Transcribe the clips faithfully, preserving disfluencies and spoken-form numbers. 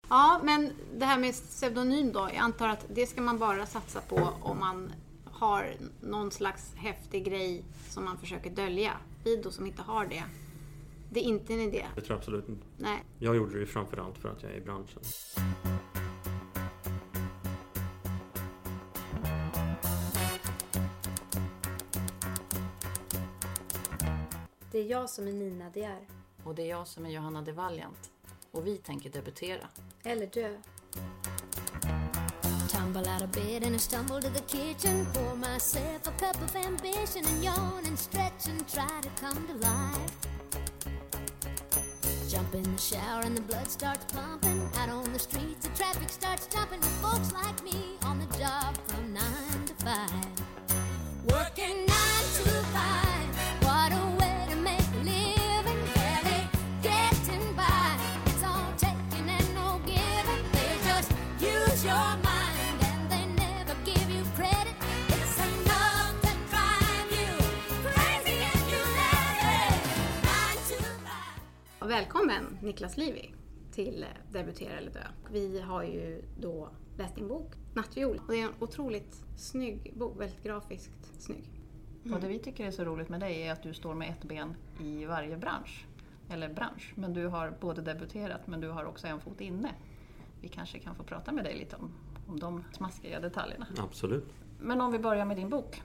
Ja, men det här med pseudonym då, jag antar att det ska man bara satsa på om man har någon slags häftig grej som man försöker dölja. Vi då som inte har det, det är inte en idé. Det tror jag absolut inte. Nej. Jag gjorde det ju framförallt för att jag är i branschen. Det är jag som är Nina De är. Och det är jag som är Johanna De Valiant. Och vi tänker debutera. Eller dö. Tumble out of bed and I stumble to the kitchen. Pour myself a cup of ambition and yawn and stretch and try to come to life. Jump in the shower and the blood starts pumping. Out on the streets the traffic starts jumping. With folks like me on the job from nine to five. Working nine to five. What a way to make a living. Barely getting by. It's all taking and no giving. They just use your mind. Välkommen Niklas Livy till Debutera eller dö. Vi har ju då läst din bok Nattviol. Och det är en otroligt snygg bok, väldigt grafiskt snygg. Mm. Och det vi tycker är så roligt med dig är att du står med ett ben i varje bransch. Eller bransch. Men du har både debuterat men du har också en fot inne. Vi kanske kan få prata med dig lite om, om de smaskiga detaljerna. Absolut. Men om vi börjar med din bok.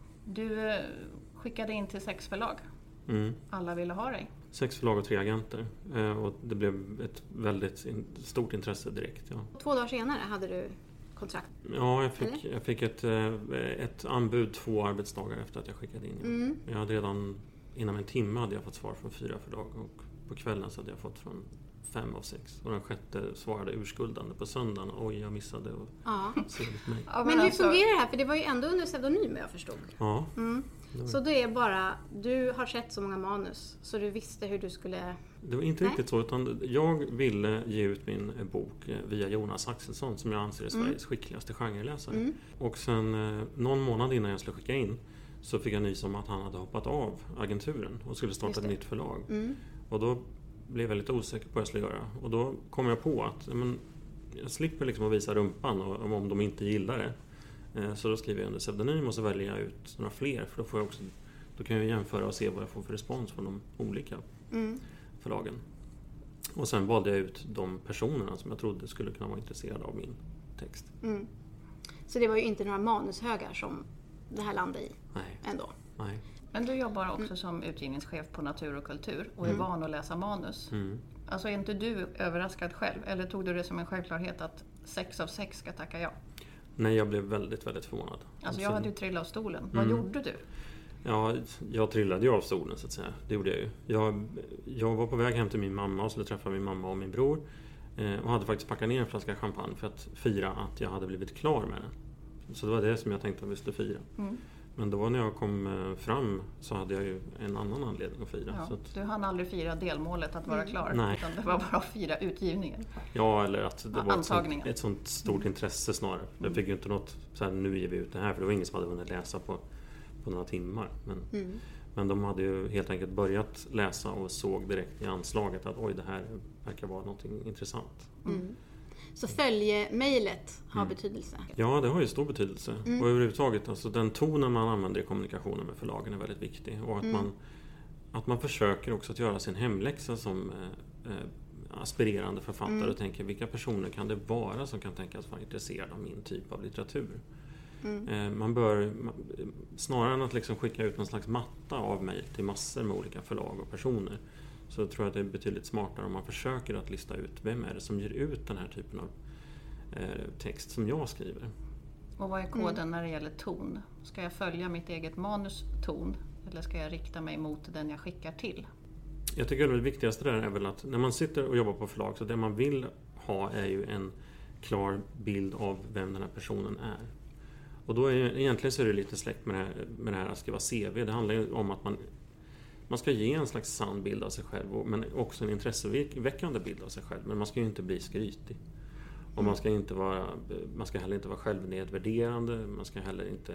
Du skickade in till sex förlag. Mm. Alla ville ha dig. Sex förlag och tre agenter. Och det blev ett väldigt stort intresse direkt. Ja. Två dagar senare hade du kontrakt? Ja, jag fick, jag fick ett, ett anbud två arbetsdagar efter att jag skickade in. Mm. Jag hade redan, inom en timme hade jag fått svar från fyra förlag. Och på kvällen så hade jag fått från fem av sex. Och den sjätte svarade urskuldande på söndagen. Oj, jag missade och ja. mig. Ja, men, men hur alltså... fungerar det här? För det var ju ändå under pseudonym jag förstod. Ja. Mm. Så det är bara, du har sett så många manus så du visste hur du skulle... Det var inte Nej. riktigt så, utan jag ville ge ut min bok via Jonas Axelsson som jag anser är Sveriges mm. skickligaste genreläsare. Mm. Och sen någon månad innan jag skulle skicka in så fick jag nys om att han hade hoppat av agenturen och skulle starta ett nytt förlag. Mm. Och då blev jag lite osäker på vad jag skulle göra. Och då kom jag på att men, jag slipper liksom att visa rumpan och, om de inte gillar det. Så då skriver jag under pseudonym och så väljer jag ut några fler. För då, får jag också, då kan jag jämföra och se vad jag får för respons från de olika mm. förlagen. Och sen valde jag ut de personerna som jag trodde skulle kunna vara intresserade av min text. Mm. Så det var ju inte några manushögar som det här landade i Nej. ändå? Nej. Men du jobbar också mm. som utgivningschef på Natur och kultur och är mm. van att läsa manus. Mm. Alltså är inte du överraskad själv? Eller tog du det som en självklarhet att sex av sex ska tacka ja? Nej, jag blev väldigt, väldigt förvånad. Alltså jag hade ju trillat av stolen. Mm. Vad gjorde du? Ja, jag trillade ju av stolen så att säga. Det gjorde jag ju. Jag, jag var på väg hem till min mamma och skulle träffa min mamma och min bror. Eh, och hade faktiskt packat ner en flaska champagne för att fira att jag hade blivit klar med den. Så det var det som jag tänkte att vi skulle fira. Mm. Men då när jag kom fram så hade jag ju en annan anledning att fira. Ja, så att... Du hann aldrig fira delmålet att vara klar. Nej. Utan det var bara att fira utgivningen. Ja, eller att det ja, var ett sånt, ett sånt stort intresse snarare. Mm. Jag fick ju inte något så här, nu ger vi ut det här. För det var ingen som hade hunnit läsa på, på några timmar. Men, mm. men de hade ju helt enkelt börjat läsa och såg direkt i anslaget att oj, det här verkar vara någonting intressant. Mm. Så följe-mejlet har mm. betydelse? Ja, det har ju stor betydelse. Mm. Och överhuvudtaget, alltså, den tonen man använder i kommunikationen med förlagen är väldigt viktig. Och att, mm. man, att man försöker också att göra sin hemläxa som eh, aspirerande författare mm. och tänker vilka personer kan det vara som kan tänkas vara intresserade av min typ av litteratur. Mm. Eh, man bör, snarare än att liksom skicka ut någon slags matta av mejl till massor med olika förlag och personer, så tror jag att det är betydligt smartare om man försöker att lista ut vem är det som ger ut den här typen av eh, text som jag skriver. Och vad är koden mm. när det gäller ton? Ska jag följa mitt eget manus ton eller ska jag rikta mig mot den jag skickar till? Jag tycker att det viktigaste där är väl att när man sitter och jobbar på förlag så det man vill ha är ju en klar bild av vem den här personen är. Och då är egentligen så är det lite släkt med det här, med det här att skriva C V. Det handlar ju om att man Man ska ge en slags sann bild av sig själv, men också en intresseväckande bild av sig själv. Men man ska ju inte bli skrytig. Och man ska inte vara, man ska heller inte vara självnedvärderande. Man ska heller inte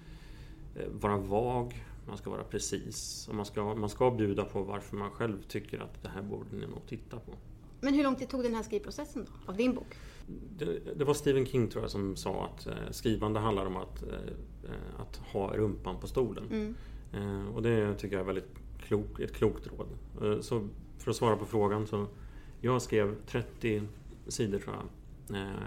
vara vag. Man ska vara precis. Och man ska, man ska bjuda på varför man själv tycker att det här borde ni nog titta på. Men hur lång tid tog den här skrivprocessen då, av din bok? Det, det var Stephen King tror jag som sa att eh, skrivande handlar om att, eh, att ha rumpan på stolen. Mm. Eh, och det tycker jag är väldigt klok, ett klokt råd. Eh, så för att svara på frågan så jag skrev trettio sidor tror jag eh,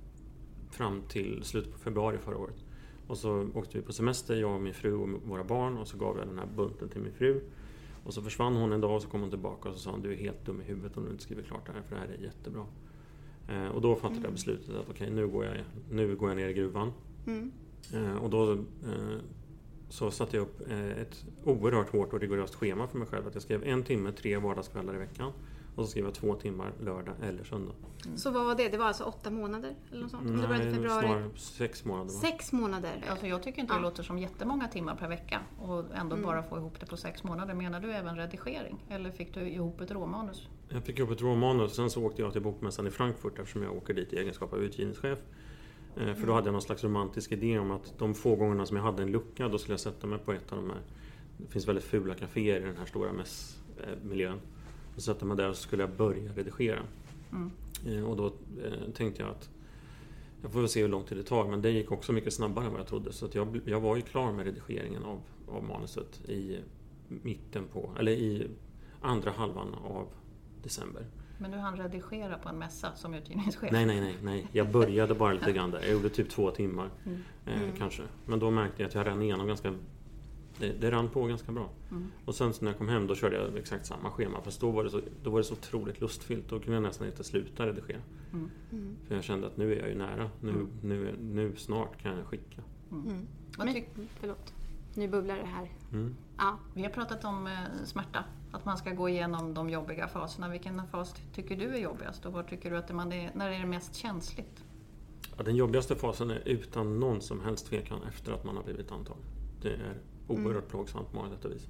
fram till slutet på februari förra året. Och så åkte vi på semester, jag och min fru och våra barn, och så gav jag den här bunten till min fru. Och så försvann hon en dag och så kom hon tillbaka och så sa hon, du är helt dum i huvudet om du inte skriver klart det här, för det här är jättebra. Eh, och då fattade jag beslutet att okej, okay, nu, går jag, nu går jag ner i gruvan. Mm. Eh, och då eh, så satte jag upp eh, ett oerhört hårt och rigoröst schema för mig själv. Att jag skrev en timme, tre vardagskvällar i veckan. Och så skrev jag två timmar lördag eller söndag. Mm. Så vad var det? Det var alltså åtta månader eller något sånt? Nej, det började i februari. snarare sex månader. Va? Sex månader? Alltså jag tycker inte Ja. det låter som jättemånga timmar per vecka och ändå Mm. bara få ihop det på sex månader. Menar du även redigering? Eller fick du ihop ett råmanus? Jag fick upp ett råmanus och sen så åkte jag till bokmässan i Frankfurt eftersom jag åker dit i egenskap av utgivningschef. Eh, för då hade jag någon slags romantisk idé om att de få gångerna som jag hade en lucka, då skulle jag sätta mig på ett av de här. Det finns väldigt fula kaféer i den här stora mässmiljön. Och så satte mig där och så skulle jag börja redigera. Mm. Eh, och då eh, tänkte jag att jag får väl se hur lång tid det tar, men det gick också mycket snabbare än vad jag trodde. Så att jag, jag var ju klar med redigeringen av, av manuset i mitten på, eller i andra halvan av december. Men du hann redigera på en mässa som utgivningschef? Nej, nej, nej, nej. Jag började bara lite grann där. Jag gjorde typ två timmar Mm. eh, Mm. kanske. Men då märkte jag att jag rann igenom ganska. Det, det rann på ganska bra. Mm. Och sen så när jag kom hem då körde jag exakt samma schema. Fast då var det så, då var det så otroligt lustfyllt. Då kunde jag nästan inte sluta redigera. Mm. Mm. För jag kände att nu är jag ju nära. Nu, Mm. nu, nu snart kan jag skicka. Mm. Vad Men, tyck- förlåt, nu bubblar det här. Mm. Ja. Vi har pratat om eh, smärta, att man ska gå igenom de jobbiga faserna. Vilken fas tycker du är jobbigast och var tycker du att man är, när är det mest känsligt? Ja, den jobbigaste fasen är utan någon som helst tvekan efter att man har blivit antagen. Det är oerhört Mm. plågsamt på många sätt och vis.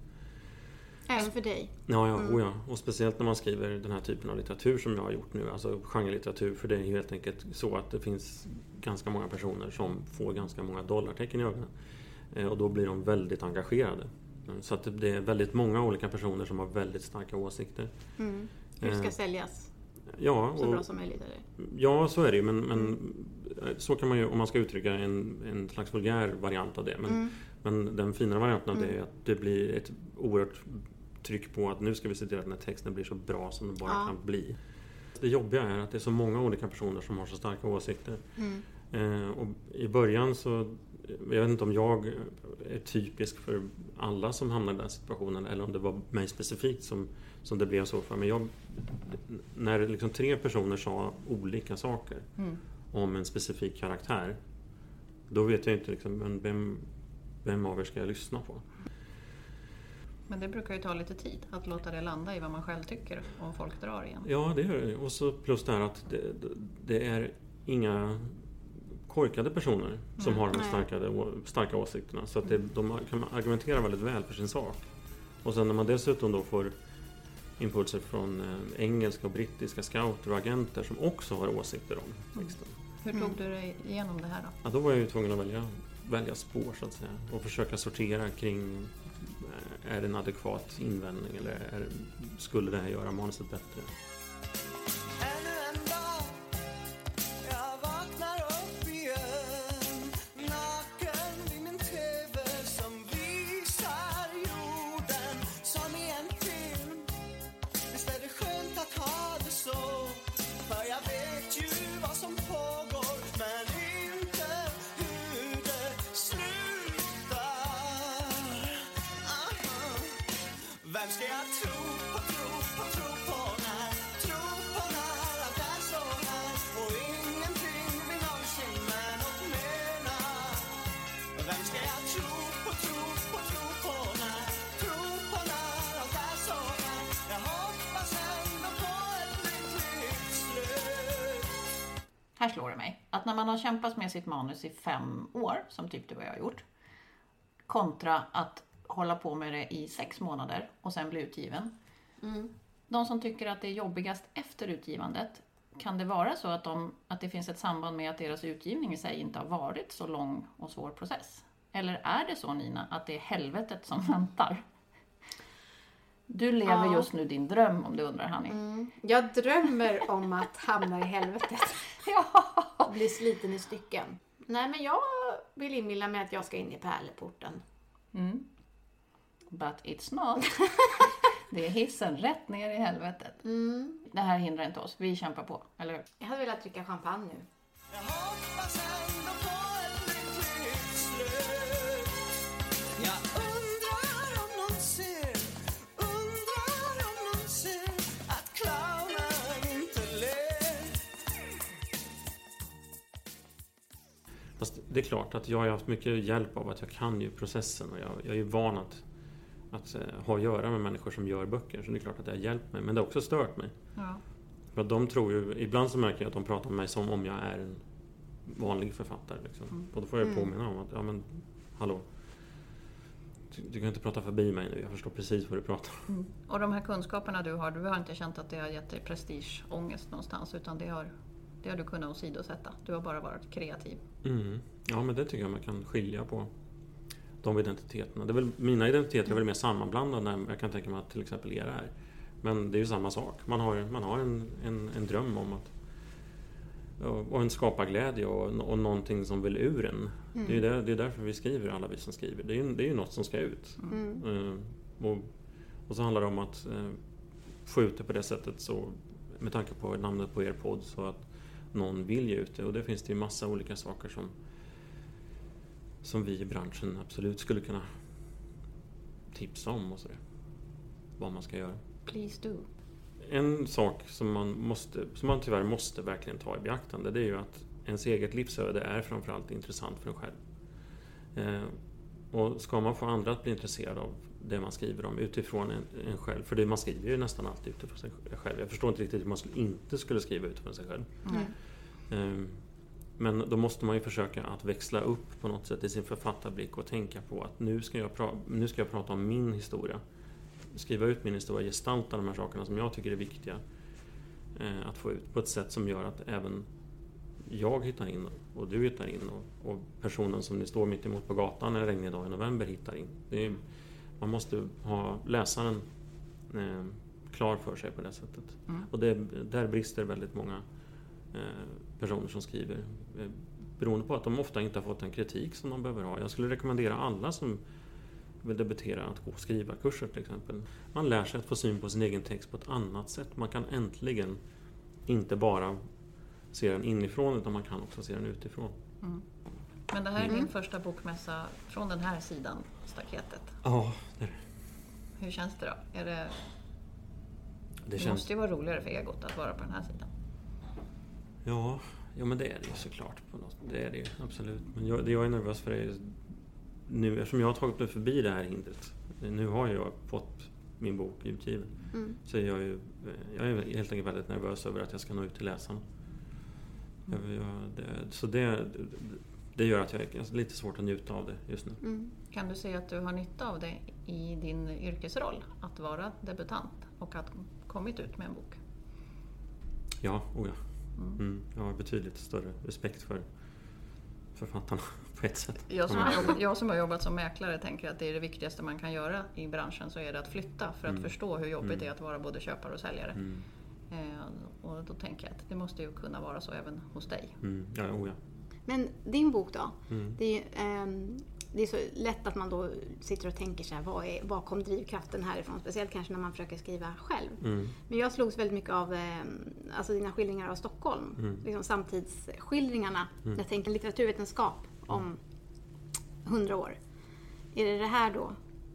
Även för dig. Ja, ja, Mm. oh ja, och speciellt när man skriver den här typen av litteratur som jag har gjort nu, alltså genrelitteratur, för det är ju helt enkelt så att det finns ganska många personer som får ganska många dollartecken i ögonen. Eh, och då blir de väldigt engagerade. Eh, Så att det- det är väldigt många olika personer som har väldigt starka åsikter. Mm. Hur det ska Eh, säljas Ja, så och, bra som möjligt. Eller? ja, så är det ju, men, men så kan man ju, om man ska uttrycka en, en slags vulgär variant av det. Men, Mm. men den finare varianten av det Mm. är att det blir ett oerhört tryck på att nu ska vi se till att den här texten blir så bra som den bara Ja. kan bli. Det jobbiga är att det är så många olika personer som har så starka åsikter. Mm. Eh, och i början så, jag vet inte om jag är typisk för alla som hamnar i den situationen eller om det var mig specifikt som, som det blev så för. Men jag, när liksom tre personer sa olika saker Mm. om en specifik karaktär, då vet jag inte liksom, men vem, vem av er ska jag lyssna på? Men det brukar ju ta lite tid att låta det landa i vad man själv tycker om folk drar igen. Ja, det gör det. Och så plus det här att det, det är inga korkade personer som Nej. har de Nej. starka, starka åsikterna. Så att det, de kan argumentera väldigt väl för sin sak. Och sen när man dessutom då får impulser från eh, engelska och brittiska scouter och agenter som också har åsikter om texten. Hur Mm. tog du dig igenom det här då? Ja, då var jag ju tvungen att välja, välja spår så att säga. Och försöka sortera kring, eh, är det en adekvat invändning eller är, skulle det här göra manuset bättre? Ännu en dag, jag vaknar upp igen, naken vid min tv som visar jorden som i en film. Visst är det skönt att ha det så, för jag vet ju vad som pågår, men inte hur det slutar. Aha. Vem ska jag tro på, tro på, tro på när, tro på när allt är så här och ingenting vi någonsin med något menar. Vem ska jag tro på, tro på, tro på när, tro på när allt är så här. Jag hoppas ändå på ett lyckligt slut. Här slår det mig att när man har kämpat med sitt manus i fem år, som typ du och jag har gjort, kontra att hålla på med det i sex månader och sen bli utgiven. Mm. De som tycker att det är jobbigast efter utgivandet, kan det vara så att, de, att det finns ett samband med att deras utgivning i sig inte har varit så lång och svår process? Eller är det så, Nina, att det är helvetet som väntar? Du lever Ja. just nu din dröm, om du undrar, Hanni. Mm. Jag drömmer om att hamna i helvetet. Ja. Bli sliten i stycken. Nej, men jag vill inbilla mig att jag ska in i pärleporten. Mm. But it's not. Det är hissen rätt ner i helvetet. Mm. Det här hindrar inte oss. Vi kämpar på, eller hur? Jag hade velat dricka champagne nu. Jag hoppas ändå på ett lyckligt slut. Jag undrar om någon ser, undrar om någon ser att clownen inte ler. Fast det är klart att jag har haft mycket hjälp av att jag kan ju processen och jag, jag är ju van att, att uh, ha att göra med människor som gör böcker. Så det är klart att det har hjälpt mig. Men det har också stört mig. Ja. För att de tror ju, ibland så märker jag att de pratar med mig som om jag är en vanlig författare. Liksom. Mm. Och då får jag Mm. påminna om att, ja men, hallå. Du, du kan inte prata förbi mig nu, jag förstår precis vad du pratar om. Mm. Och de här kunskaperna du har, du har inte känt att det har gett dig prestigeångest någonstans, utan det har, det har du kunnat åsidosätta. Du har bara varit kreativ. Mm. Ja, men det tycker jag man kan skilja på de identiteterna. Det är väl, mina identiteter är väl mer sammanblandade än jag kan tänka mig att till exempel era är. Men det är ju samma sak. Man har, man har en, en, en dröm om att och en skaparglädje och, och någonting som vill ur en. Mm. Det, är ju där, det är därför vi skriver, alla vi som skriver. Det är ju, det är ju något som ska ut. Mm. Uh, och, och så handlar det om att uh, få ut det på det sättet så, med tanke på namnet på er podd, så att någon vill ge ut det. Och det finns det ju massa olika saker som som vi i branschen absolut skulle kunna tipsa om och sådär. Vad man ska göra. Please do. En sak som man, måste, som man tyvärr måste verkligen ta i beaktande, det är ju att ens eget livsöde är framförallt intressant för en själv. Eh, och ska man få andra att bli intresserade av det man skriver om utifrån en, en själv, för det man skriver ju nästan alltid utifrån sig själv. Jag förstår inte riktigt hur man skulle, inte skulle skriva utifrån sig själv. Mm. Eh, men då måste man ju försöka att växla upp på något sätt i sin författarblick och tänka på att nu ska jag, pra- nu ska jag prata om min historia. Skriva ut min historia, gestalta de här sakerna som jag tycker är viktiga eh, att få ut på ett sätt som gör att även jag hittar in och du hittar in och, och personen som ni står mitt emot på gatan en regnig dag i november hittar in. Det är, man måste ha läsaren eh, klar för sig på det sättet. Mm. Och det, där brister väldigt många eh, personer som skriver eh, beroende på att de ofta inte har fått den kritik som de behöver ha. Jag skulle rekommendera alla som vill debutera att gå och skriva kurser till exempel. Man lär sig att få syn på sin egen text på ett annat sätt. Man kan äntligen inte bara se den inifrån utan man kan också se den utifrån. Mm. Men det här är Mm. din första bokmässa från den här sidan, staketet. Ja, det är det. Hur känns det då? Är det, Det, det känns... måste ju vara roligare för egot att vara på den här sidan. Ja, ja, men det är det ju såklart. På något. Det är det ju, absolut. Men jag, det jag är nervös för är nu, eftersom jag har tagit mig förbi det här hindret. Nu har jag fått min bok utgiven. Mm. Så jag är, ju, jag är helt enkelt väldigt nervös över att jag ska nå ut till läsarna. Mm. Jag, jag, det, så det, det gör att jag är lite svårt att njuta av det just nu. Mm. Kan du säga att du har nytta av det i din yrkesroll? Att vara debutant och att kommit ut med en bok? Ja, oh ja. Mm. Mm. Jag har betydligt större respekt för författarna på ett sätt. Jag som, har jobbat, jag som har jobbat som mäklare tänker att det är det viktigaste man kan göra i branschen, så är det att flytta för att mm. förstå hur jobbigt mm. det är att vara både köpare och säljare. Mm. Eh, och då tänker jag att det måste ju kunna vara så även hos dig. Mm. Ja, oh ja. Men din bok då? Mm. Det, är, eh, det är så lätt att man då sitter och tänker så här, vad, är, vad kom drivkraften härifrån? Speciellt kanske när man försöker skriva själv. Mm. Men jag slogs väldigt mycket av eh, alltså dina skildringar av Stockholm. Mm. Liksom samtidsskildringarna. Mm. Jag tänker litteraturvetenskap om hundra år. Är det det här då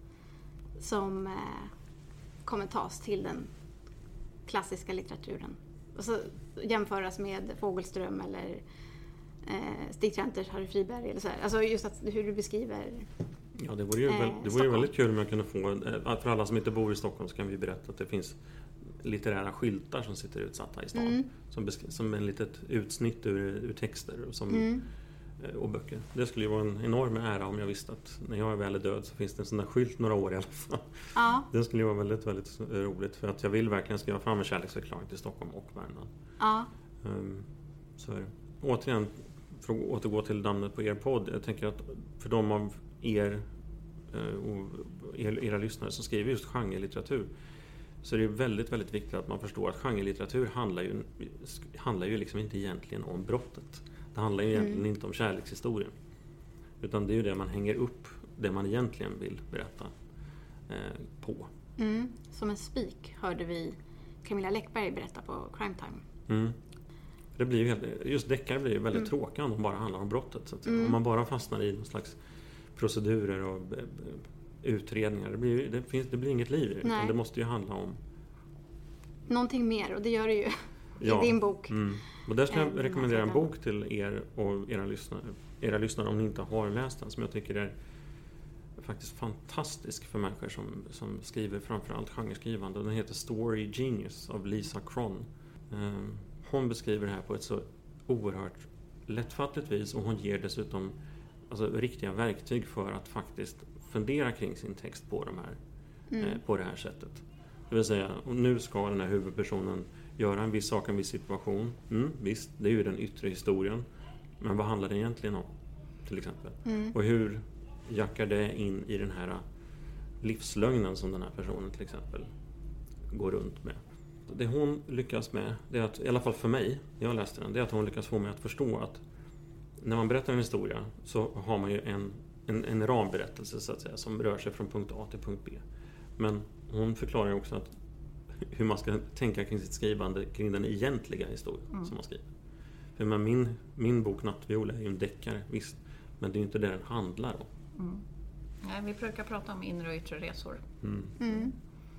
som eh, kommer tas till den klassiska litteraturen? Och så jämföras med Fogelström eller eh, Stig Trenters Harry Friberg eller så här. Alltså just att, hur du beskriver Ja, det vore ju, eh, det vore ju väldigt kul om jag kunde få, för alla som inte bor i Stockholm så kan vi berätta att det finns litterära skyltar som sitter utsatta i stan. Mm. Som, besk- som en litet utsnitt ur, ur texter och, som, mm. och böcker. Det skulle ju vara en enorm ära om jag visste att när jag är väl död så finns det en sån där skylt några år i alla fall. Ja. Det skulle ju vara väldigt, väldigt roligt för att jag vill verkligen skriva fram en kärleksförklaring till Stockholm och Värmland. Ja. Um, så är det. Återigen, för att återgå till namnet på er podd. Jag tänker att för de av er och era lyssnare som skriver just genrelitteratur, så det är väldigt, väldigt viktigt att man förstår att genrelitteratur handlar ju, handlar ju liksom inte egentligen om brottet. Det handlar ju egentligen mm. inte om kärlekshistorien. Utan det är ju det man hänger upp, det man egentligen vill berätta eh, på. Mm. Som en spik hörde vi Camilla Läckberg berätta på Crime Time. Mm. Det blir ju helt, just deckare blir ju väldigt mm. tråkiga om de bara handlar om brottet. Så att mm. Om man bara fastnar i någon slags procedurer och utredningar, det blir, det finns, det blir inget liv i det. Utan det måste ju handla om någonting mer, och det gör det ju ja. i din bok. Mm. Och där ska jag rekommendera en bok till er och era lyssnare, era lyssnare om ni inte har läst den, som jag tycker är faktiskt fantastisk för människor som, som skriver framförallt genreskrivande. Den heter Story Genius av Lisa Cron. Um, hon beskriver det här på ett så oerhört lättfattligt vis, och hon ger dessutom alltså, riktiga verktyg för att faktiskt fundera kring sin text på, de här, mm. eh, på det här sättet. Det vill säga, och nu ska den här huvudpersonen göra en viss sak, en viss situation. Mm, visst, det är ju den yttre historien. Men vad handlar det egentligen om? Till exempel. Mm. Och hur jackar det in i den här livslögnen som den här personen till exempel går runt med. Det hon lyckas med, det är att, i alla fall för mig, när jag läste den, det är att hon lyckas få mig att förstå att när man berättar en historia så har man ju en, en, en ramberättelse så att säga, som rör sig från punkt A till punkt B. Men hon förklarar också att hur man ska tänka kring sitt skrivande, kring den egentliga historien mm. som man skriver. För men min, min bok Nattviol är ju en deckare, visst, men det är ju inte det den handlar om. Mm. Nej, vi brukar prata om inre och yttre resor. Mm. Mm.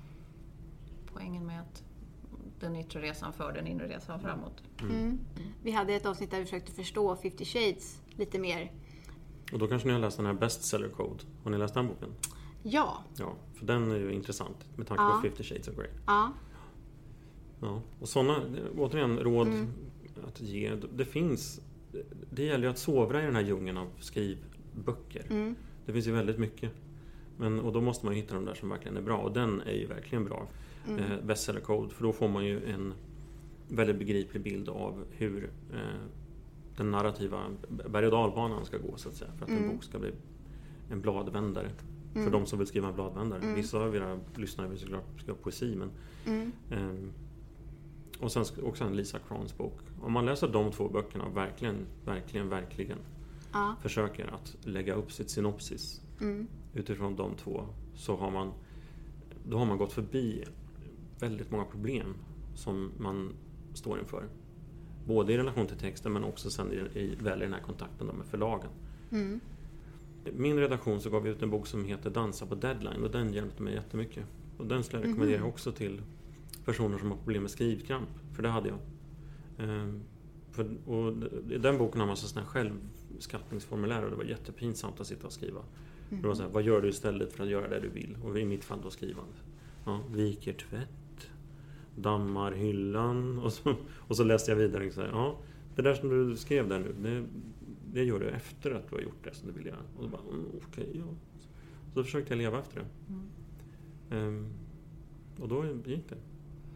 Poängen med att den yttre resan för den inre resan framåt. Mm. Mm. Vi hade ett avsnitt där vi försökte förstå Fifty Shades lite mer. Och då kanske ni har läst den här Bestseller Code. Har ni läst den boken? Ja. Ja, för den är ju intressant med tanke ja. på Fifty Shades of Grey. Ja. Ja. Och sådana, återigen, råd mm. att ge. Det finns, det gäller ju att sovra i den här djungeln av skrivböcker. Mm. Det finns ju väldigt mycket. Men, och då måste man hitta de där som verkligen är bra. Och den är ju verkligen bra. Mm. Eh, Bestseller Code. För då får man ju en väldigt begriplig bild av hur eh, den narrativa berg- och dalbanan ska gå så att säga. För att mm. en bok ska bli en bladvändare. Mm. För de som vill skriva en bladvändare. Mm. Vissa av era lyssnare vill såklart skriva poesi. Men, mm. eh, och sen också en Lisa Crons bok. Om man läser de två böckerna och verkligen, verkligen, verkligen ja. försöker att lägga upp sitt synopsis mm. utifrån de två, så har man då har man gått förbi väldigt många problem som man står inför. Både i relation till texten men också sen i, i väl i den här kontakten med förlagen. Mm. Min redaktion så gav vi ut en bok som heter Dansa på deadline, och den hjälpte mig jättemycket. Och den skulle jag rekommendera mm. också till personer som har problem med skrivkramp, för det hade jag. Ehm, för, och i den boken har man så sådana självskattningsformulär, och det var jättepinsamt att sitta och skriva. Mm. Det var så här, vad gör du istället för att göra det du vill? Och i mitt fall då skrivande. Ja, viker tvätt, dammar hyllan, och så, och så läste jag vidare och så här, ja, det där som du skrev där nu, det, det gör du efter att du har gjort det som du vill göra. Och så bara, mm, okej, okay, ja. Så då försökte jag leva efter det. Mm. Ehm, och då gick det.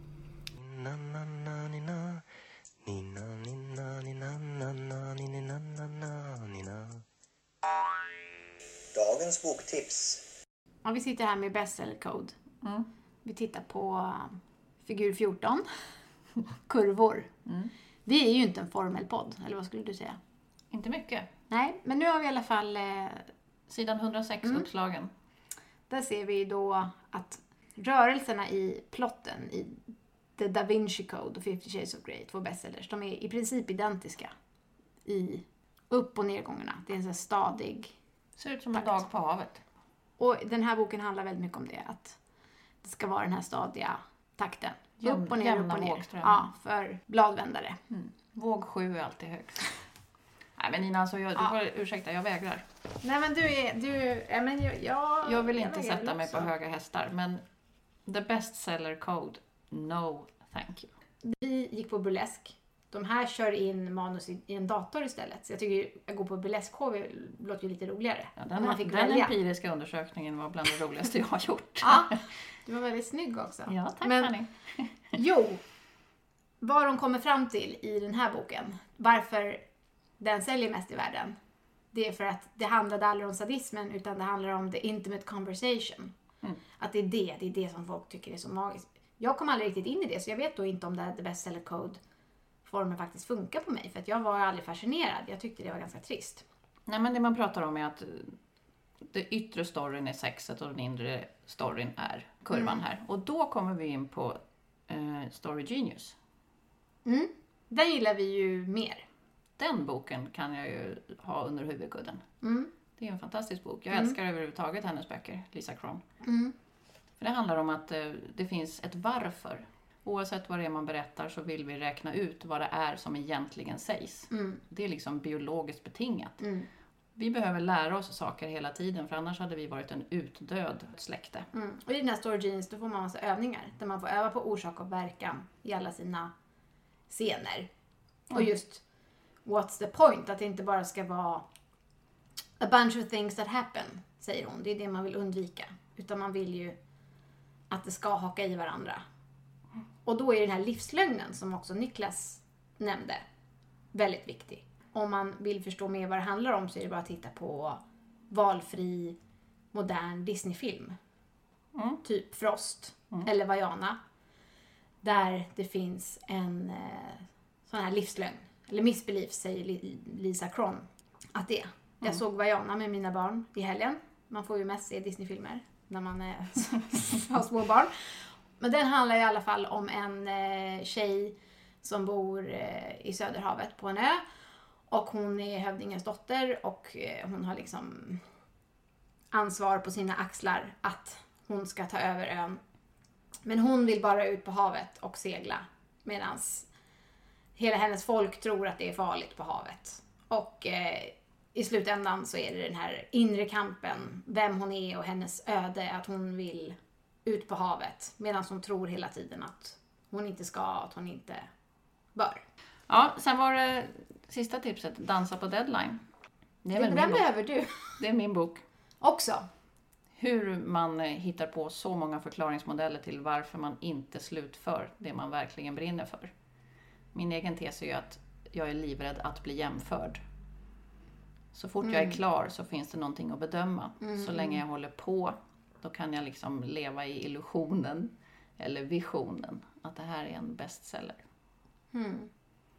Dagens boktips. Ja, vi sitter här med Bestseller Code. Mm. Vi tittar på figur fjorton. Kurvor. Mm. Vi är ju inte en formelpodd, eller vad skulle du säga? Inte mycket. Nej, men nu har vi i alla fall... Eh, Sidan hundrasex mm. uppslagen. Där ser vi då att rörelserna i plotten i The Da Vinci Code och Fifty Shades of Grey, två bestsellers, de är i princip identiska i upp- och nedgångarna. Det är en sån här stadig... Ser ut som takt. en dag på havet. Och den här boken handlar väldigt mycket om det, att det ska vara den här stadiga takten. Jäm, upp och ner, upp och ner. Ja, för bladvändare. Mm. Våg sju är alltid högst. Nej men Nina, alltså jag, ja. du får ursäkta, jag vägrar. Nej men du är, du, ja, men jag, jag, jag vill inte jag sätta mig också. på höga hästar, men the bestseller code, no thank you. Vi gick på burlesk. De här kör in manus i, i en dator istället. Så jag tycker att gå på burlesk-H V låter ju lite roligare. Ja, den man fick den empiriska undersökningen var bland det roligaste jag har gjort. Ja, du var väldigt snygg också. Ja, tack men, Fanny. Jo, vad de kommer fram till i den här boken, varför den säljer mest i världen, det är för att det handlade aldrig om sadismen utan det handlar om the intimate conversation. Mm. Att det är det, det är det som folk tycker är så magiskt. Jag kom aldrig riktigt in i det så jag vet då inte om det The Bestseller Code-formen faktiskt funkar på mig. För att jag var aldrig fascinerad. Jag tyckte det var ganska trist. Nej, men det man pratar om är att det yttre storyn är sexet och den inre storyn är kurvan mm. här. Och då kommer vi in på eh, Story Genius. Mm. Den gillar vi ju mer. Den boken kan jag ju ha under huvudkudden. Mm. Det är en fantastisk bok. Jag mm. älskar överhuvudtaget hennes böcker, Lisa Cron. Mm. För det handlar om att eh, det finns ett varför. Oavsett vad det är man berättar så vill vi räkna ut vad det är som egentligen sägs. Mm. Det är liksom biologiskt betingat. Mm. Vi behöver lära oss saker hela tiden för annars hade vi varit en utdöd släkte. Mm. Och i den här Story Genius då får man massa övningar där man får öva på orsak och verkan i alla sina scener. Mm. Och just what's the point? Att det inte bara ska vara a bunch of things that happen, säger hon. Det är det man vill undvika. Utan man vill ju att det ska haka i varandra. Och då är den här livslögnen som också Niklas nämnde väldigt viktig. Om man vill förstå mer vad det handlar om så är det bara att titta på valfri modern Disney-film. Mm. Typ Frost mm. eller Vaiana. Där det finns en eh, sån här livslögn. Eller missbelief, säger Lisa Cron. Att det. Jag mm. såg Vaiana med mina barn i helgen. Man får ju mest se Disney-filmer när man är, har små barn. Men den handlar i alla fall om en eh, tjej som bor eh, i Söderhavet på en ö. Och hon är hövdingens dotter och eh, hon har liksom ansvar på sina axlar att hon ska ta över ön. Men hon vill bara ut på havet och segla medan hela hennes folk tror att det är farligt på havet. Och eh, i slutändan så är det den här inre kampen, vem hon är och hennes öde, att hon vill ut på havet medan hon tror hela tiden att hon inte ska, att hon inte bör. Ja, sen var det sista tipset, Dansa på deadline. Det är väl Den min behöver bok. du. Det är min bok. Också. Hur man hittar på så många förklaringsmodeller till varför man inte slutför det man verkligen brinner för. Min egen tes är ju att jag är livrädd att bli jämförd. Så fort mm. jag är klar så finns det någonting att bedöma. Mm. Så länge jag håller på, då kan jag liksom leva i illusionen eller visionen att det här är en bestseller. Mm.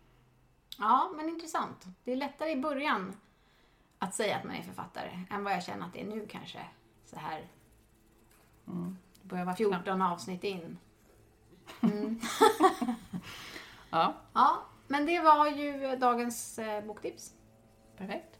Ja, men intressant. Det är lättare i början att säga att man är författare än vad jag känner att det är nu kanske. Så här mm. Börjar fjorton avsnitt in. Mm. ja. Ja, men det var ju dagens eh, boktips. Perfekt.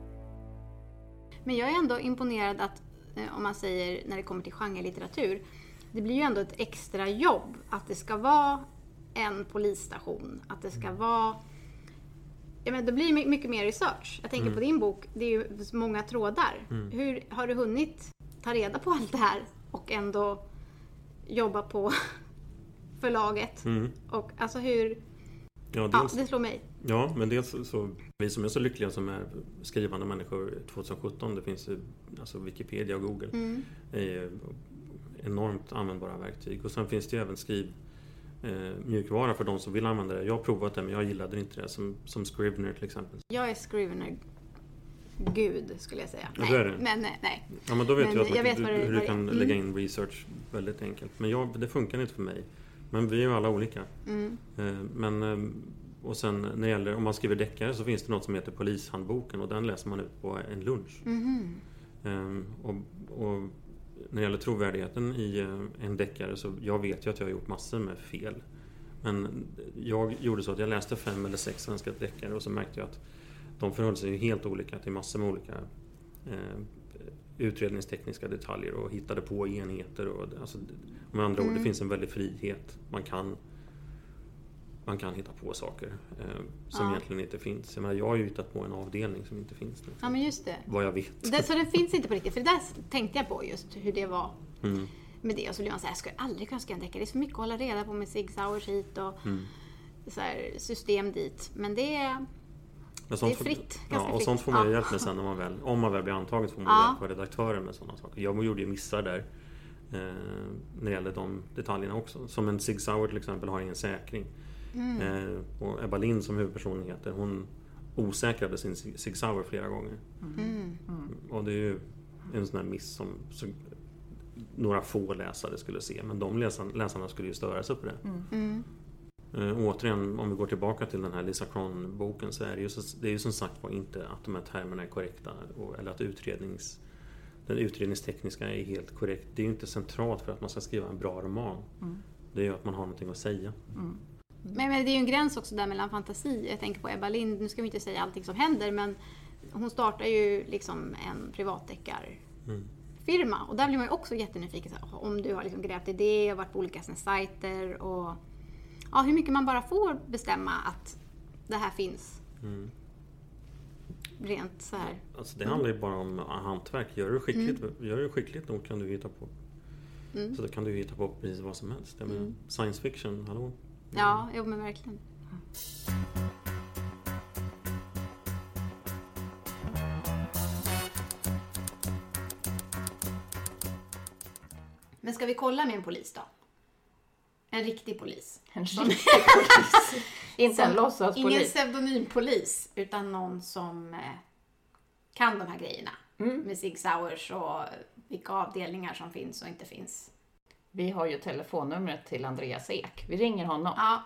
Men jag är ändå imponerad att, om man säger när det kommer till genrelitteratur, det blir ju ändå ett extra jobb att det ska vara en polisstation, att det ska vara... Ja, men det blir my- mycket mer research. Jag tänker Mm. på din bok, det är ju många trådar. Mm. Hur har du hunnit ta reda på allt det här och ändå jobba på förlaget? Mm. Och alltså hur... Ja, Ja, dels, det slår mig. ja, men dels så, så, vi som är så lyckliga som är skrivande människor tjugohundrasjutton, det finns ju alltså Wikipedia och Google, Mm. är ju enormt användbara verktyg. Och sen finns det ju även skriv eh, mjukvara för de som vill använda det. Jag har provat det, men jag gillade inte det, som, som Scrivener till exempel. Jag är Scrivener gud, skulle jag säga. Ja, du är det. Men nej, nej. Ja, men då vet Men jag, att man, jag vet du, vad det- hur vad du det- kan mm. lägga in research väldigt enkelt. Men jag, det funkar inte för mig. Men vi är ju alla olika. Mm. Eh, Men, eh, och sen när det gäller, om man skriver deckare så finns det något som heter Polishandboken och den läser man ut på en lunch. Mhm. Eh, Och, och när det gäller trovärdigheten i eh, en deckare så jag vet ju att jag har gjort massor med fel. Men jag gjorde så att jag läste fem eller sex svenska deckare och så märkte jag att de förhöll sig ju helt olika till massor med olika eh, utredningstekniska detaljer och hittade på enheter. Och, alltså, med andra ord, det finns en väldig frihet. Man kan, man kan hitta på saker eh, som Ja. egentligen inte finns. Jag menar, jag har ju hittat på en avdelning som inte finns. Liksom, Ja, men just det. vad jag vet. det. Så den finns inte på riktigt. För det där tänkte jag på just hur det var Mm. med det. Och så blir man så här, jag ska aldrig kunna skriva en deckare. Det är så mycket att hålla reda på med Sig Sauers hit och Mm. så här, system dit. Men det är... Men Det är sånt får- fritt, Ja, ganska och sånt fritt. får man ju Ja. hjälp med sen när man väl, om man väl blir antagen, så får man Ja. hjälp av redaktören med sådana saker. Jag gjorde ju missar där eh, när det gäller de detaljerna också. Som en Sig Sauer till exempel har ingen säkring. Mm. Eh, och Ebba Lind som huvudpersonen heter, hon osäkrade sin Sig Sauer flera gånger. Mm. Och det är ju en sån här miss som så, några få läsare skulle se. Men de läsarna, läsarna skulle ju störa sig på det. Mm. Uh, återigen, om vi går tillbaka till den här Lisa Cron-boken så är det ju, så, det är ju som sagt var inte att de här termerna är korrekta och, eller att utrednings, den utredningstekniska är helt korrekt. Det är ju inte centralt för att man ska skriva en bra roman. Mm. Det är ju att man har någonting att säga. Mm. Men, men det är ju en gräns också där mellan fantasi. Jag tänker på Ebba Lind, nu ska vi inte säga allting som händer, men hon startar ju liksom en privatdeckarfirma. Mm. Och där blir man ju också jättenyfiken. Så här, om du har liksom grävt i det och varit på olika såna sajter och ja, hur mycket man bara får bestämma att det här finns. Mm. Rent så här. Alltså det handlar ju bara om hantverk. Gör du skickligt, gör du skickligt nog kan du hitta på. Mm. Så då kan du hitta på precis vad som helst. Jag menar, Mm. science fiction, hallå? Ja, jo men verkligen. Men ska vi kolla med en polis då? En riktig polis. En riktig polis. Inte en Ingen låtsaspolis. pseudonympolis, utan någon som eh, kan de här grejerna. Mm. Med Sig Sauers och vilka avdelningar som finns och inte finns. Vi har ju telefonnumret till Andreas Ek. Vi ringer honom. Ja,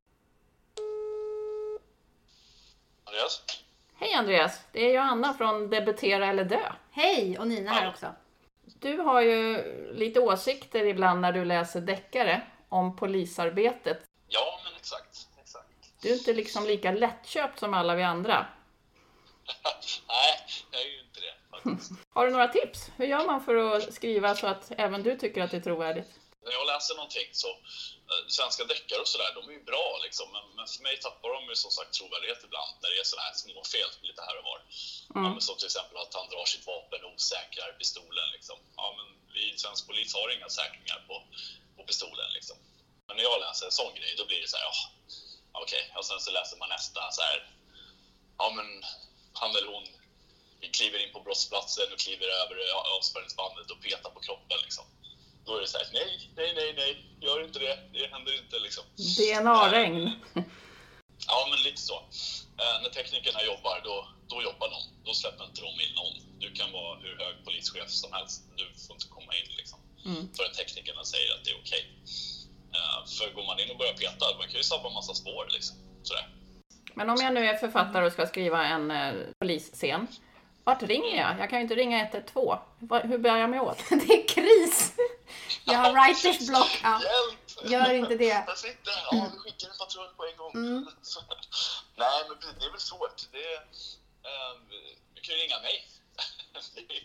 Andreas? Hej Andreas, det är Johanna från Debutera eller dö. hej! Och Nina här också. Du har ju lite åsikter ibland när du läser deckare om polisarbetet. Ja, men exakt. exakt. Du är inte liksom lika lättköpt som alla vi andra. Nej, jag är ju inte det faktiskt. Har du några tips? Hur gör man för att skriva så att även du tycker att det är trovärdigt? När jag läser någonting så, eh, svenska deckare och sådär, de är ju bra liksom. Men, men för mig tappar de ju som sagt trovärdighet ibland när det är sådana här små fel lite här och var. Mm. Ja, men som till exempel att han drar sitt vapen och osäkrar pistolen liksom. Ja, men vi i svensk polis har inga säkringar på, på pistolen liksom. Men när jag läser en sån grej, då blir det så här, ja, okej. Och sen så läser man nästa så här, ja men han eller hon kliver in på brottsplatsen och kliver över avspärrningsbandet och petar på kroppen liksom. Då är det så här, nej, nej, nej, nej, gör inte det, det händer inte liksom. D N A-regn. Ja, men lite så. Eh, när teknikerna jobbar, då, då jobbar de. Då släpper inte de in någon. Du kan vara hur hög polischef som helst. Du får inte komma in liksom. Mm. För att teknikerna säger att det är okej. Eh, för går man in och börjar peta, man kan ju sabba en massa spår liksom. Sådär. Men om jag nu är författare och ska skriva en eh, polisscen, vart ringer jag? Jag kan ju inte ringa ett ett två. Va- Hur bär jag mig åt? Det är kris! Jag har writers block. Ja. Hjälp! Gör inte det. Jag sitter här. Ja, vi skickar en patrull på en gång. Mm. Nej, men det är väl svårt. Det är, eh, du kan ju ringa mig. Det är jättebra.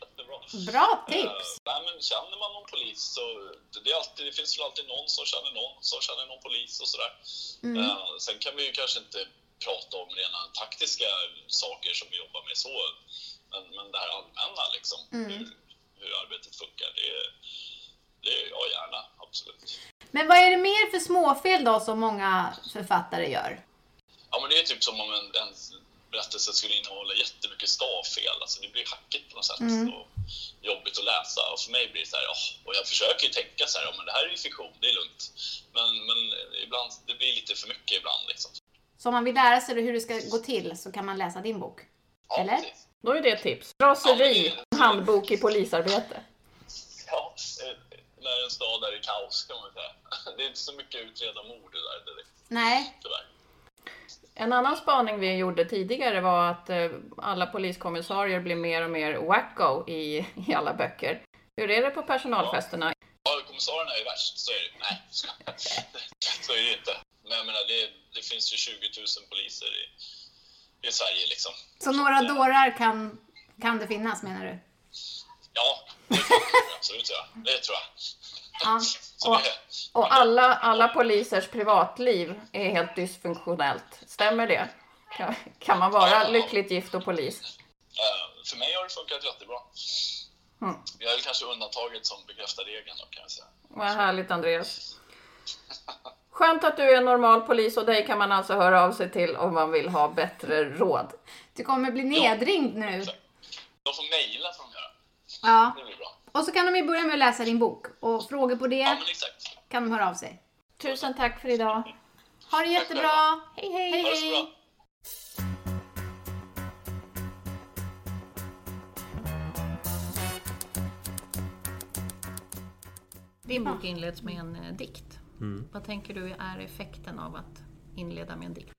Bra Eh, tips! nej, men känner man någon polis så det, är alltid, det finns väl alltid någon som känner någon som känner någon polis och sådär. Mm. Eh, sen kan vi ju kanske inte prata om rena taktiska saker som vi jobbar med så, men, men det här allmänna liksom, Mm. hur, hur arbetet funkar, det, det är jag gärna, absolut. Men vad är det mer för småfel då som många författare gör? Ja, men det är typ som om en, en berättelse skulle innehålla jättemycket stavfel. Alltså det blir hackigt på något sätt Mm. och jobbigt att läsa. Och för mig blir det så här, oh, och jag försöker ju tänka så här, oh, men det här är ju fiktion, det är lugnt. Men, men ibland, det blir lite för mycket ibland liksom. Så om man vill lära sig hur det ska gå till så kan man läsa din bok? Ja, Eller? precis. Då är det ett tips. Raseri, Ja, men det- handbok i polisarbete. Ja, eh, när en stad är i kaos kan man säga. Det är inte så mycket utreda mord det där direkt, Nej. tyvärr. En annan spaning vi gjorde tidigare var att eh, alla poliskommissarier blir mer och mer wacko i, i alla böcker. Hur är det på personalfesterna? Ja, kommissarierna är värst, så är det. Nej, så är det inte. Men jag menar, det, det finns ju tjugo tusen poliser i, i Sverige liksom. Så några dårar kan, kan det finnas, menar du? Ja, det tror jag absolut, ja. Det tror jag. Ja. Så Och, det, och alla, alla polisers privatliv är helt dysfunktionellt. Stämmer det? Kan, kan man vara lyckligt gift och polis? eh, för mig har det funkat jättebra. Mm. Jag är väl kanske undantaget som bekräftar regeln då, kan jag säga. Vad härligt, Andreas. Skönt att du är en normal polis och dig kan man alltså höra av sig till om man vill ha bättre råd. Du kommer bli nedringd nu. De får mejla från göra. Ja. Det blir bra. Och så kan de ju börja med att läsa din bok. Och frågor på Ja, det men exakt. kan de höra av sig. Tusen tack för idag. Ha det jättebra! Hej hej! Ha det så bra. Din bok inleds med en eh, dikt. Mm. Vad tänker du är effekten av att inleda med en dikt?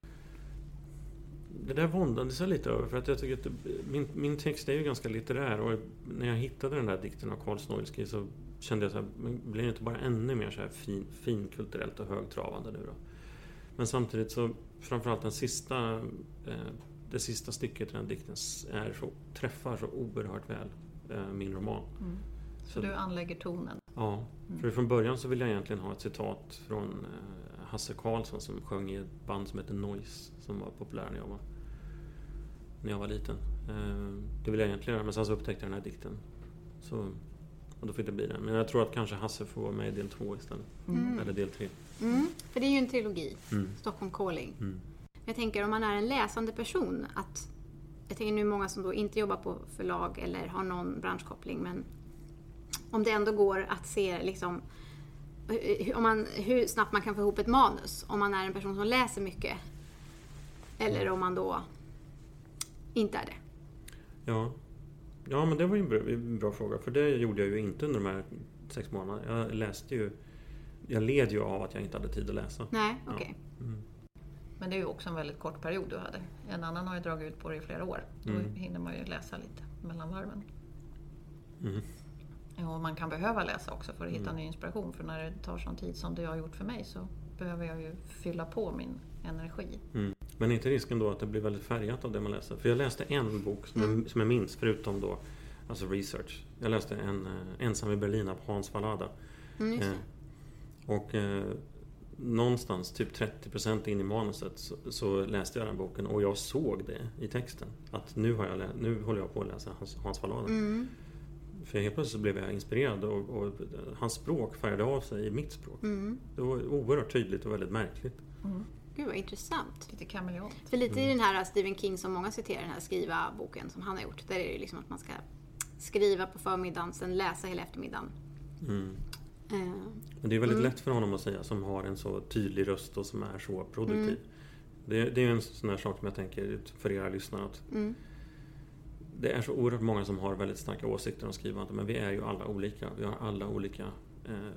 Det där våndades jag lite över, för att jag tycker att det, min, min text är ju ganska litterär, och när jag hittade den där dikten av Karl Snoilsky så kände jag så här, men blir det inte bara ännu mer så här fin, finkulturellt och högtravande nu då? Men samtidigt så, framförallt den sista, eh, det sista stycket i den dikten är så, träffar så oerhört väl eh, min roman. Mm. Så, Så- du anlägger tonen. Ja, för från början så vill jag egentligen ha ett citat från eh, Hasse Karlsson som sjöng i ett band som heter Noise, som var populär när jag var, när jag var liten. Eh, det vill jag egentligen göra, men sen så upptäckte jag den här dikten. Så, och då fick det bli den. Men jag tror att kanske Hasse får vara med i del två istället. Mm. Eller del tre. Mm. För det är ju en trilogi. Mm. Stockholm Calling. Mm. Jag tänker om man är en läsande person att jag tänker nu många som då inte jobbar på förlag eller har någon branschkoppling, men om det ändå går att se liksom hur, om man, hur snabbt man kan få ihop ett manus om man är en person som läser mycket eller om man då inte är det. Ja. Ja, men det var ju en bra, en bra fråga, för det gjorde jag ju inte under de här sex månaderna. Jag läste ju, jag led ju av att jag inte hade tid att läsa. Nej, okej. Okay. Ja. Mm. Men det är ju också en väldigt kort period du hade. En annan har ju dragit ut på det i flera år. Då Mm. hinner man ju läsa lite mellan varven. Mm. Och man kan behöva läsa också för att hitta Mm. ny inspiration. För när det tar sån tid som det har gjort för mig så behöver jag ju fylla på min energi. Mm. Men är inte risken då att det blir väldigt färgat av det man läser? För jag läste en bok som, Mm. jag, som jag minns, förutom då alltså research. Jag läste en eh, Ensam i Berlin av Hans Fallada. Mm, just det. Eh, och eh, någonstans typ trettio procent in i manuset så, så läste jag den boken och jag såg det i texten. Att nu, har jag lä- nu håller jag på att läsa Hans, Hans Fallada. Mm. För helt plötsligt så blev jag inspirerad och, och hans språk färgade av sig i mitt språk. Mm. Det var oerhört tydligt och väldigt märkligt. Mm. Gud vad intressant. Lite kameleont. För lite i den här Stephen King som många citerar, den här skriva-boken som han har gjort. Där är det ju liksom att man ska skriva på förmiddagen, sen läsa hela eftermiddagen. Mm. Eh, Men det är väldigt Mm. lätt för honom att säga, som har en så tydlig röst och som är så produktiv. Mm. Det, det är en sån här sak som jag tänker för era lyssnare att mm. det är så oerhört många som har väldigt starka åsikter om skrivande, men vi är ju alla olika. Vi har alla olika eh,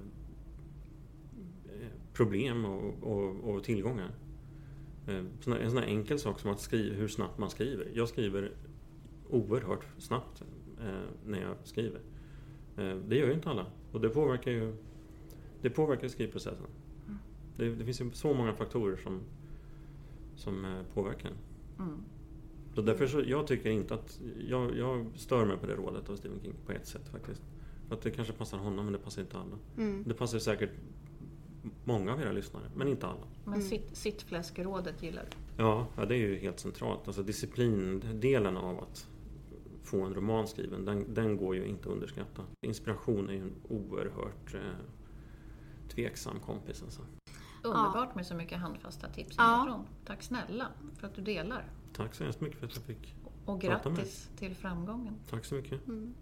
problem och, och, och tillgångar. Eh, sån här, en sån här enkel sak som att skriva, hur snabbt man skriver. Jag skriver oerhört snabbt eh, när jag skriver. Eh, det gör ju inte alla. Och det påverkar ju det påverkar skrivprocessen. Mm. Det, det finns ju så många faktorer som, som eh, påverkar. Mm. Så därför så, jag tycker inte att, jag, jag stör mig på det rådet av Stephen King på ett sätt faktiskt. För att det kanske passar honom, men det passar inte alla. Mm. Det passar säkert många av era lyssnare, men inte alla. Men mm. sitt, sittfläskrådet gillar du? Ja, ja, det är ju helt centralt. Alltså disciplindelen av att få en roman skriven, den, den går ju inte att underskatta. Inspiration är ju en oerhört eh, tveksam kompis. Alltså. Underbart ja. Med så mycket handfasta tips ja. Ifrån. Tack snälla för att du delar. Tack så hemskt mycket för att jag fick Och grattis till framgången. Tack så mycket. Mm.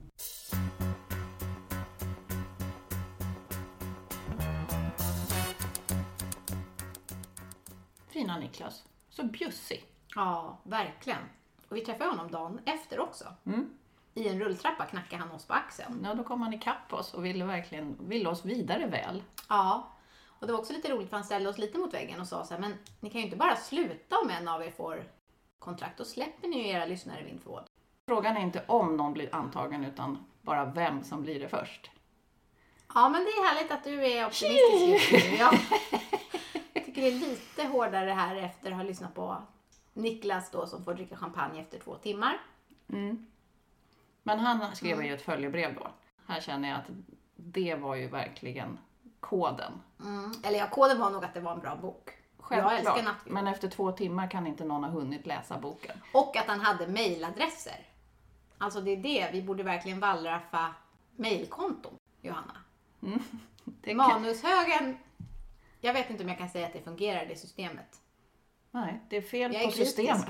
Fina Niklas, så bjussig. Ja, verkligen. Och vi träffade honom dagen efter också. Mm. I en rulltrappa knackade han oss på axeln. Ja, då kom han ikapp oss och ville verkligen ville oss vidare väl. Ja, och det var också lite roligt för han ställde oss lite mot väggen och sa så här, men ni kan ju inte bara sluta om en av er får kontrakt. Då släpper ni ju era lyssnare vind för vård. Frågan är inte om någon blir antagen utan bara vem som blir det först. Ja, men det är härligt att du är optimistisk just nu. Ja. Jag tycker det är lite hårdare här efter att ha lyssnat på Niklas då som får dricka champagne efter två timmar. Mm. Men han skrev mm. ju ett följebrev då. Här känner jag att det var ju verkligen koden. Mm. Eller ja, koden var nog att det var en bra bok. Självklart. Jag älskar Nattvision. Men efter två timmar kan inte någon ha hunnit läsa boken. Och att han hade mejladresser. Alltså det är det, vi borde verkligen wallraffa mejlkonton, Johanna. Mm. Det Manushögen, jag vet inte om jag kan säga att det fungerar, det systemet. Nej, det är fel jag är på systemet.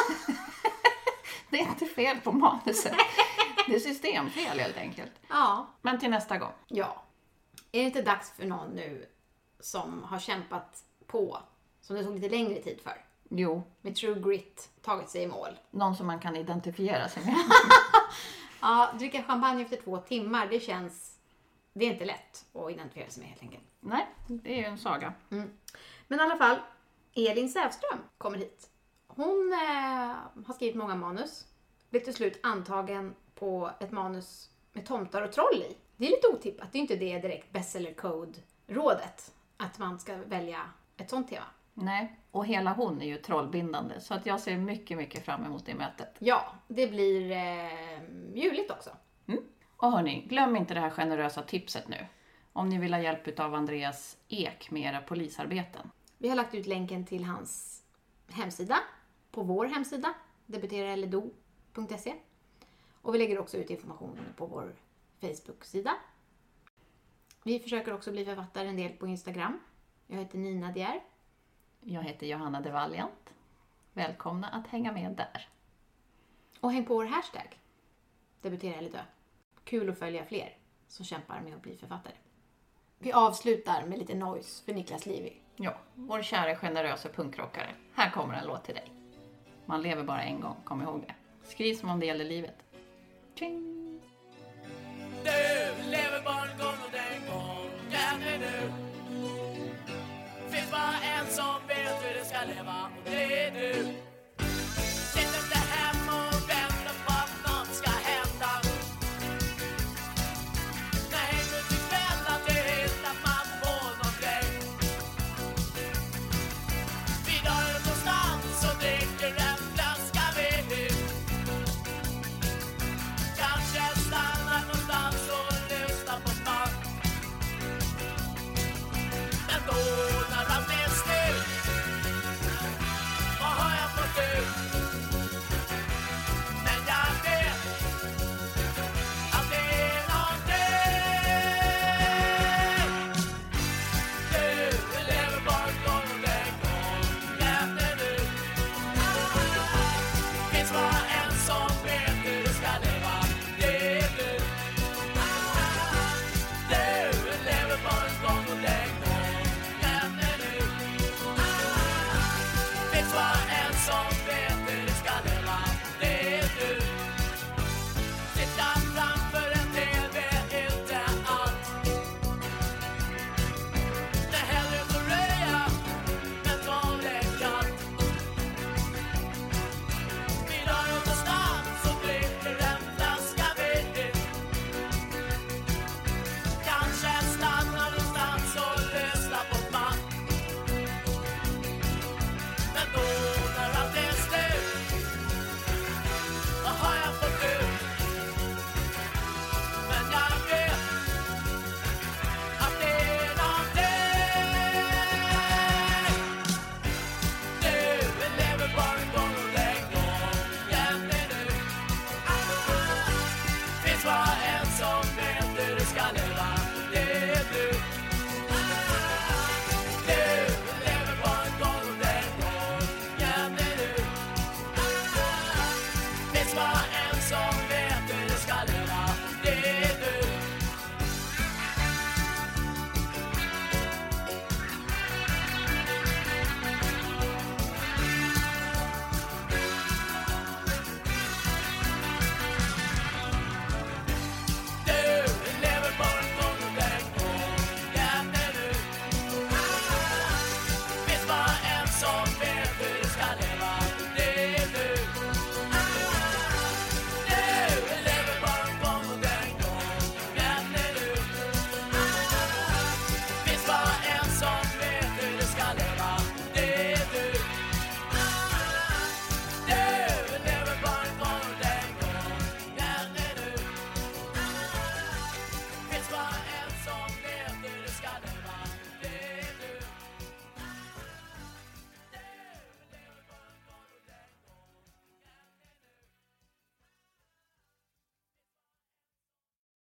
Det är inte fel på manuset. Det är systemfel helt enkelt. Ja. Men till nästa gång. Ja. Är det inte dags för någon nu som har kämpat på, som det tog lite längre tid för? Jo. Med true grit, tagit sig i mål. Någon som man kan identifiera sig med. Ja, dricka champagne efter två timmar, det känns, det är inte lätt att identifiera sig med helt enkelt. Nej, det är ju en saga. Mm. Men i alla fall, Elin Sävström kommer hit. Hon eh, har skrivit många manus. Blev till slut antagen på ett manus med tomtar och troll i. Det är lite otippat. Det är inte det direkt bestseller code-rådet. Att man ska välja ett sånt tema. Nej, och hela hon är ju trollbindande. Så att jag ser mycket, mycket fram emot det mötet. Ja, det blir eh, juligt också. Mm. Och hörni, glöm inte det här generösa tipset nu. Om ni vill ha hjälp av Andreas Ek med era polisarbeten. Vi har lagt ut länken till hans hemsida på vår hemsida, debuterareledo punkt se. Och vi lägger också ut information på vår Facebook-sida. Vi försöker också bli författare en del på Instagram. Jag heter Nina Dier. Jag heter Johanna de Valiant. Välkomna att hänga med där. Och häng på vår hashtag, debutera eller dö. Kul att följa fler som kämpar med att bli författare. Vi avslutar med lite noise för Niklas Livy. Ja, vår kära generösa punkrockare. Här kommer en låt till dig. Man lever bara en gång, kom ihåg det. Skriv som om det gäller livet. Tjing! Det